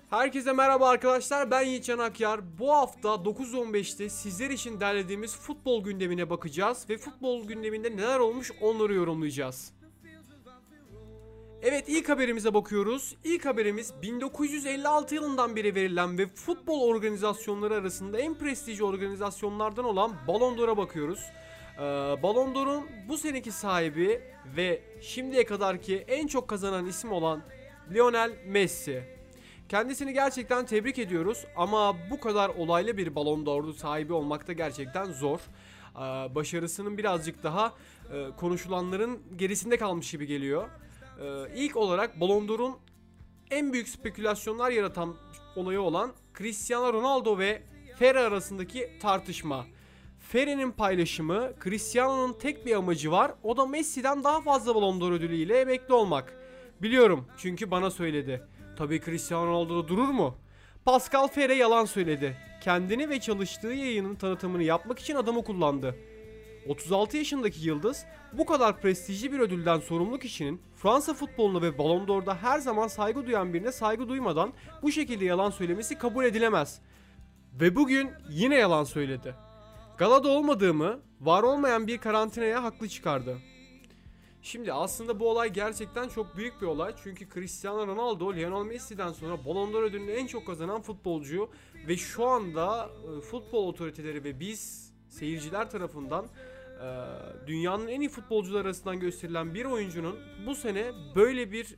Herkese merhaba arkadaşlar, ben Yiğitcan Akyar. Bu hafta 9.15'te sizler için derlediğimiz futbol gündemine bakacağız ve futbol gündeminde neler olmuş onları yorumlayacağız. Evet, ilk haberimize bakıyoruz. İlk haberimiz 1956 yılından beri verilen ve futbol organizasyonları arasında en prestijli organizasyonlardan olan Ballon d'Or'a bakıyoruz. Ballon d'Or'un bu seneki sahibi ve şimdiye kadarki en çok kazanan isim olan Lionel Messi. Kendisini gerçekten tebrik ediyoruz ama bu kadar olaylı bir Ballon d'Or sahibi olmak da gerçekten zor. Başarısının birazcık daha konuşulanların gerisinde kalmış gibi geliyor. İlk olarak Ballon d'Or'un en büyük spekülasyonlar yaratan olayı olan Cristiano Ronaldo ve Ferre arasındaki tartışma. Ferre'nin paylaşımı, Cristiano'nun tek bir amacı var, o da Messi'den daha fazla Ballon d'Or ödülüyle emekli olmak. Biliyorum, çünkü bana söyledi. Tabii Cristiano Ronaldo da durur mu? Pascal Ferre yalan söyledi. Kendini ve çalıştığı yayının tanıtımını yapmak için adamı kullandı. 36 yaşındaki yıldız bu kadar prestijli bir ödülden sorumlu kişinin Fransa futboluna ve Ballon d'Or'da her zaman saygı duyan birine saygı duymadan bu şekilde yalan söylemesi kabul edilemez. Ve bugün yine yalan söyledi. Galada olmadığımı, var olmayan bir karantinaya haklı çıkardı. Şimdi aslında bu olay gerçekten çok büyük bir olay. Çünkü Cristiano Ronaldo, Lionel Messi'den sonra Ballon d'Or ödülünü en çok kazanan futbolcu. Ve şu anda futbol otoriteleri ve biz seyirciler tarafından dünyanın en iyi futbolcular arasından gösterilen bir oyuncunun bu sene böyle bir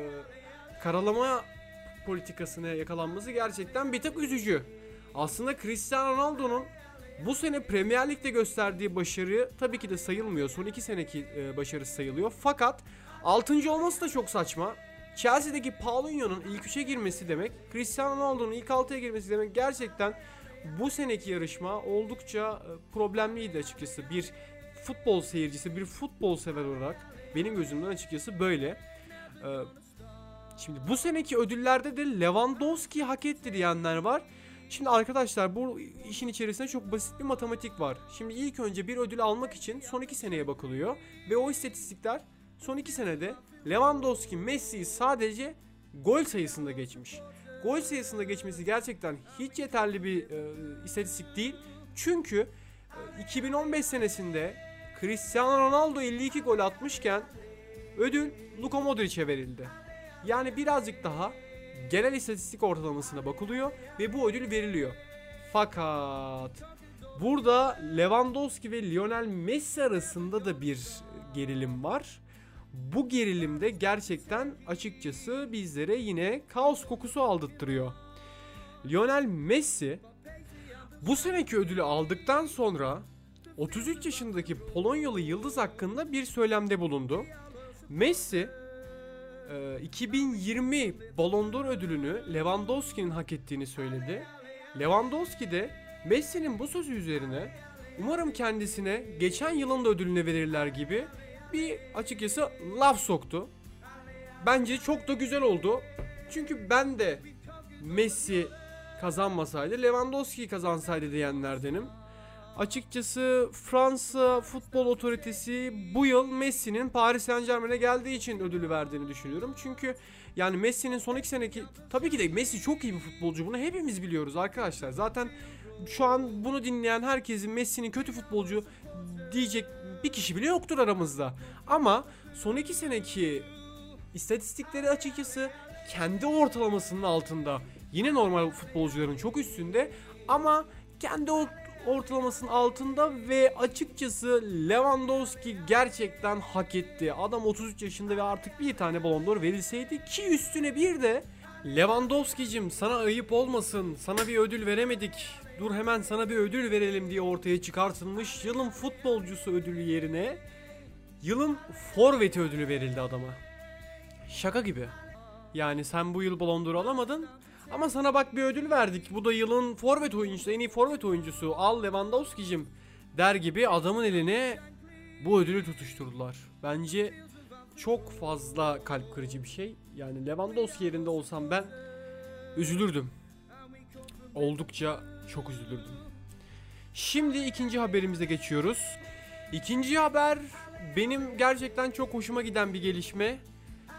karalama politikasına yakalanması gerçekten bir tık üzücü. Aslında Cristiano Ronaldo'nun bu sene Premier Lig'de gösterdiği başarı tabii ki de sayılmıyor. Son 2 seneki başarısı sayılıyor. Fakat 6. olması da çok saçma. Chelsea'deki Paulinho'nun ilk 3'e girmesi demek, Cristiano Ronaldo'nun ilk 6'ya girmesi demek. Gerçekten bu seneki yarışma oldukça problemliydi açıkçası. Bir futbol seyircisi, bir futbol sever olarak benim gözümden açıkçası böyle. Şimdi bu seneki ödüllerde de Lewandowski hak etti diyenler var. Şimdi arkadaşlar, bu işin içerisinde çok basit bir matematik var. Şimdi ilk önce bir ödül almak için son 2 seneye bakılıyor. Ve o istatistikler son 2 senede Lewandowski Messi'yi sadece gol sayısında geçmiş. Gol sayısında geçmesi gerçekten hiç yeterli bir istatistik değil. Çünkü 2015 senesinde Cristiano Ronaldo 52 gol atmışken ödül Luka Modric'e verildi. Yani birazcık daha genel istatistik ortalamasına bakılıyor ve bu ödül veriliyor. Fakat burada Lewandowski ve Lionel Messi arasında da bir gerilim var. Bu gerilim de gerçekten açıkçası bizlere yine kaos kokusu aldırtıyor. Lionel Messi bu seneki ödülü aldıktan sonra 33 yaşındaki Polonyalı yıldız hakkında bir söylemde bulundu. Messi 2020 Ballon d'Or ödülünü Lewandowski'nin hak ettiğini söyledi. Lewandowski de Messi'nin bu sözü üzerine umarım kendisine geçen yılın da ödülünü verirler gibi bir açıkçası laf soktu. Bence çok da güzel oldu. Çünkü ben de Messi kazanmasaydı Lewandowski kazansaydı diyenlerdenim. Açıkçası Fransa Futbol Otoritesi bu yıl Messi'nin Paris Saint-Germain'e geldiği için ödülü verdiğini düşünüyorum. Çünkü yani Messi'nin son 2 seneki, tabii ki de Messi çok iyi bir futbolcu, bunu hepimiz biliyoruz arkadaşlar. Zaten şu an bunu dinleyen herkesin Messi'nin kötü futbolcu diyecek bir kişi bile yoktur aramızda. Ama son 2 seneki istatistikleri açıkçası kendi ortalamasının altında. Yine normal futbolcuların çok üstünde ama kendi ortalamasının altında ve açıkçası Lewandowski gerçekten hak etti. Adam 33 yaşında ve artık bir tane Ballon d'Or verilseydi, ki üstüne bir de Lewandowski'cim sana ayıp olmasın, sana bir ödül veremedik, dur hemen sana bir ödül verelim diye ortaya çıkartılmış yılın futbolcusu ödülü yerine yılın forveti ödülü verildi adama. Şaka gibi. Yani sen bu yıl Ballon d'Or alamadın ama sana bak bir ödül verdik. Bu da yılın forvet oyuncusu, en iyi forvet oyuncusu. Al Lewandowski'cim der gibi adamın eline bu ödülü tutuşturdular. Bence çok fazla kalp kırıcı bir şey. Yani Lewandowski yerinde olsam ben üzülürdüm. Oldukça çok üzülürdüm. Şimdi ikinci haberimize geçiyoruz. İkinci haber benim gerçekten çok hoşuma giden bir gelişme.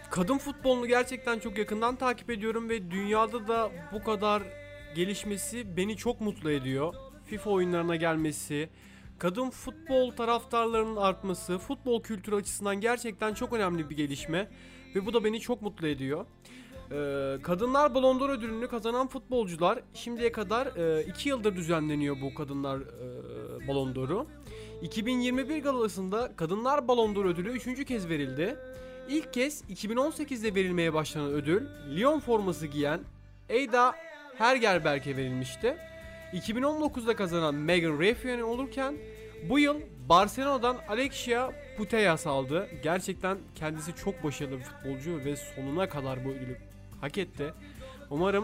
Kadın futbolunu gerçekten çok yakından takip ediyorum ve dünyada da bu kadar gelişmesi beni çok mutlu ediyor. FIFA oyunlarına gelmesi, kadın futbol taraftarlarının artması, futbol kültürü açısından gerçekten çok önemli bir gelişme ve bu da beni çok mutlu ediyor. Kadınlar Ballon d'Or ödülünü kazanan futbolcular şimdiye kadar 2 yıldır düzenleniyor bu Kadınlar Ballon d'Or'u. 2021 galasında Kadınlar Ballon d'Or ödülü 3. kez verildi. İlk kez 2018'de verilmeye başlanan ödül Lyon forması giyen Eda Hegerberg'e verilmişti. 2019'da kazanan Megan Rapinoe olurken bu yıl Barcelona'dan Alexia Putellas aldı. Gerçekten kendisi çok başarılı bir futbolcu ve sonuna kadar bu ödülü hak etti. Umarım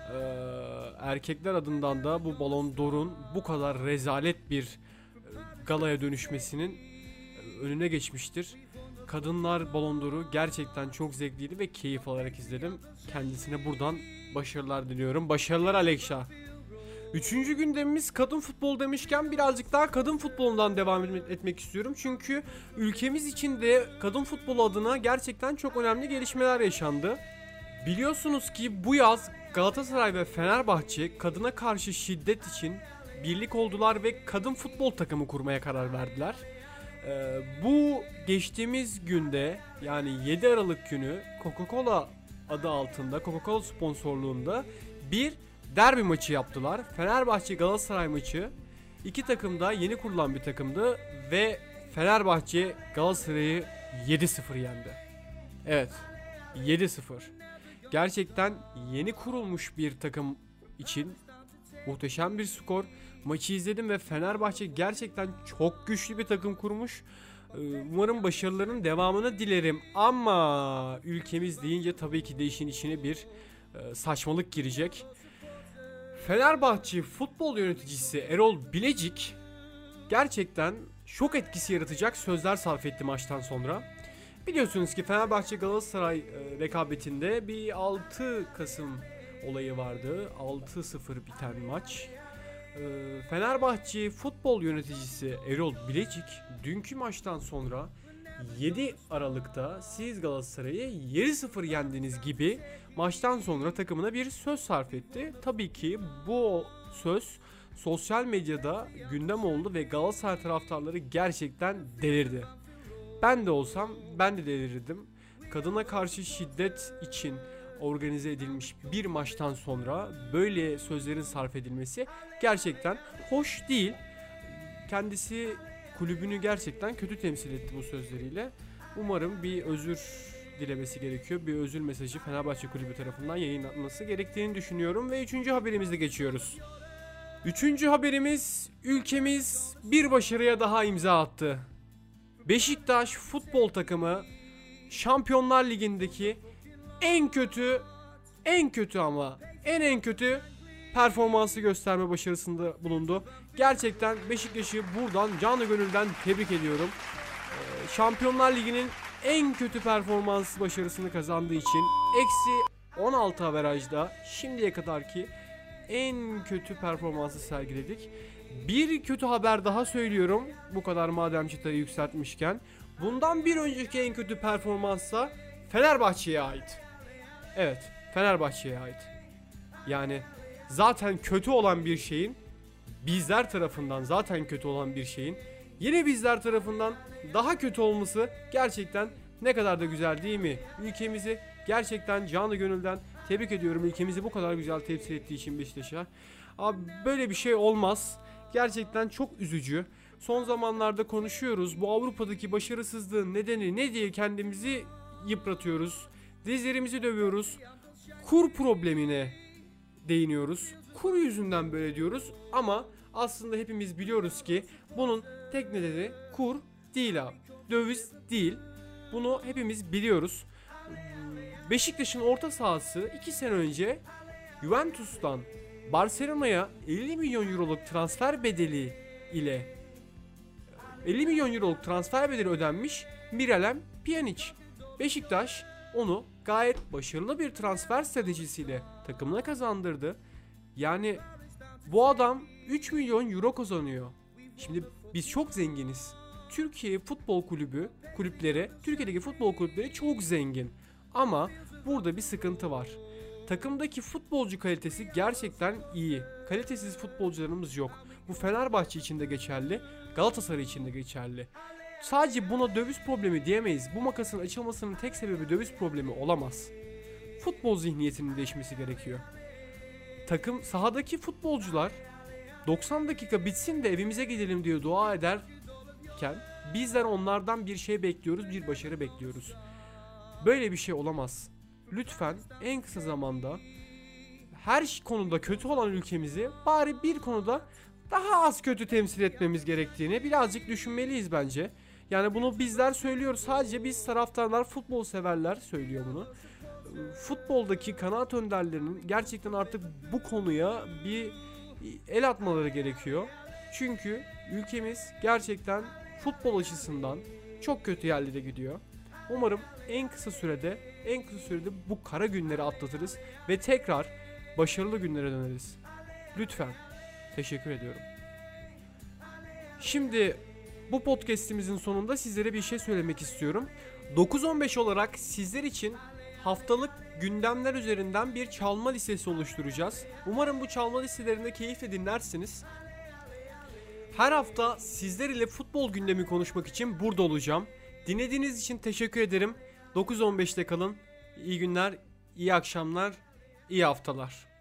erkekler adından da bu Ballon d'Or'un bu kadar rezalet bir galaya dönüşmesinin önüne geçmiştir. Kadınlar Ballon d'Or'u gerçekten çok zevkliydi ve keyif alarak izledim. Kendisine buradan başarılar diliyorum. Başarılar Alexia. Üçüncü gündemimiz kadın futbol demişken birazcık daha kadın futbolundan devam etmek istiyorum. Çünkü ülkemiz için de kadın futbolu adına gerçekten çok önemli gelişmeler yaşandı. Biliyorsunuz ki bu yaz Galatasaray ve Fenerbahçe kadına karşı şiddet için birlik oldular ve kadın futbol takımı kurmaya karar verdiler. Bu geçtiğimiz günde yani 7 Aralık günü Coca-Cola adı altında, Coca-Cola sponsorluğunda bir derbi maçı yaptılar. Fenerbahçe Galatasaray maçı. İki takım da yeni kurulan bir takımdı ve Fenerbahçe Galatasaray'ı 7-0 yendi. Evet, 7-0. Gerçekten yeni kurulmuş bir takım için muhteşem bir skor. Maçı izledim ve Fenerbahçe gerçekten çok güçlü bir takım kurmuş. Umarım başarılarının devamını dilerim. Ama ülkemiz deyince tabii ki de işin içine bir saçmalık girecek. Fenerbahçe futbol yöneticisi Erol Bilecik gerçekten şok etkisi yaratacak sözler sarf etti maçtan sonra. Biliyorsunuz ki Fenerbahçe Galatasaray rekabetinde bir 6 Kasım olayı vardı. 6-0 biten maç. Fenerbahçe futbol yöneticisi Erol Bilecik dünkü maçtan sonra 7 Aralık'ta siz Galatasaray'ı 7-0 yendiniz gibi maçtan sonra takımına bir söz sarf etti. Tabii ki bu söz sosyal medyada gündem oldu ve Galatasaray taraftarları gerçekten delirdi. Ben de olsam ben de delirirdim. Kadına karşı şiddet için organize edilmiş bir maçtan sonra böyle sözlerin sarf edilmesi gerçekten hoş değil. Kendisi kulübünü gerçekten kötü temsil etti bu sözleriyle. Umarım bir özür dilemesi gerekiyor. Bir özür mesajı Fenerbahçe kulübü tarafından yayınlanması gerektiğini düşünüyorum ve 3. haberimize geçiyoruz. 3. haberimiz, ülkemiz bir başarıya daha imza attı. Beşiktaş futbol takımı Şampiyonlar Ligi'ndeki en kötü performansı gösterme başarısında bulundu. Gerçekten Beşiktaş'ı buradan canı gönülden tebrik ediyorum. Şampiyonlar Ligi'nin en kötü performans başarısını kazandığı için -16 averajda şimdiye kadarki en kötü performansı sergiledik. Bir kötü haber daha söylüyorum. Bu kadar madem çıtayı yükseltmişken. Bundan bir önceki en kötü performansa Fenerbahçe'ye ait. Evet, Fenerbahçe'ye ait. Yani zaten kötü olan bir şeyin, bizler tarafından zaten kötü olan bir şeyin yine bizler tarafından daha kötü olması gerçekten ne kadar da güzel değil mi? Ülkemizi gerçekten canı gönülden tebrik ediyorum. Ülkemizi bu kadar güzel temsil ettiği için Beşiktaş'a. Abi böyle bir şey olmaz. Gerçekten çok üzücü. Son zamanlarda konuşuyoruz. Bu Avrupa'daki başarısızlığın nedeni ne diye kendimizi yıpratıyoruz. Dizlerimizi dövüyoruz. Kur problemine değiniyoruz. Kur yüzünden böyle diyoruz ama aslında hepimiz biliyoruz ki bunun tek nedeni kur değil abi. Döviz değil. Bunu hepimiz biliyoruz. Beşiktaş'ın orta sahası 2 sene önce Juventus'tan Barcelona'ya 50 milyon euroluk transfer bedeli ile 50 milyon euroluk transfer bedeli ödenmiş Miralem Pjanic. Beşiktaş onu gayet başarılı bir transfer stratejisiyle takımına kazandırdı. Yani bu adam 3 milyon euro kazanıyor. Şimdi biz çok zenginiz. Türkiye'deki futbol kulüpleri çok zengin. Ama burada bir sıkıntı var. Takımdaki futbolcu kalitesi gerçekten iyi. Kalitesiz futbolcularımız yok. Bu Fenerbahçe için de geçerli, Galatasaray için de geçerli. Sadece buna döviz problemi diyemeyiz. Bu makasın açılmasının tek sebebi döviz problemi olamaz. Futbol zihniyetinin değişmesi gerekiyor. Takım sahadaki futbolcular 90 dakika bitsin de evimize gidelim diye dua ederken bizler onlardan bir şey bekliyoruz, bir başarı bekliyoruz. Böyle bir şey olamaz. Lütfen en kısa zamanda her konuda kötü olan ülkemizi bari bir konuda daha az kötü temsil etmemiz gerektiğini birazcık düşünmeliyiz bence. Yani bunu bizler söylüyoruz. Sadece biz taraftarlar, futbol severler söylüyor bunu. Futboldaki kanaat önderlerinin gerçekten artık bu konuya bir el atmaları gerekiyor. Çünkü ülkemiz gerçekten futbol açısından çok kötü yerlere gidiyor. Umarım en kısa sürede bu kara günleri atlatırız ve tekrar başarılı günlere döneriz. Lütfen. Teşekkür ediyorum. Şimdi bu podcast'imizin sonunda sizlere bir şey söylemek istiyorum. 9-15 olarak sizler için haftalık gündemler üzerinden bir çalma listesi oluşturacağız. Umarım bu çalma listelerinde keyifle dinlersiniz. Her hafta sizler ile futbol gündemi konuşmak için burada olacağım. Dinlediğiniz için teşekkür ederim. 9-15'te kalın. İyi günler, iyi akşamlar, iyi haftalar.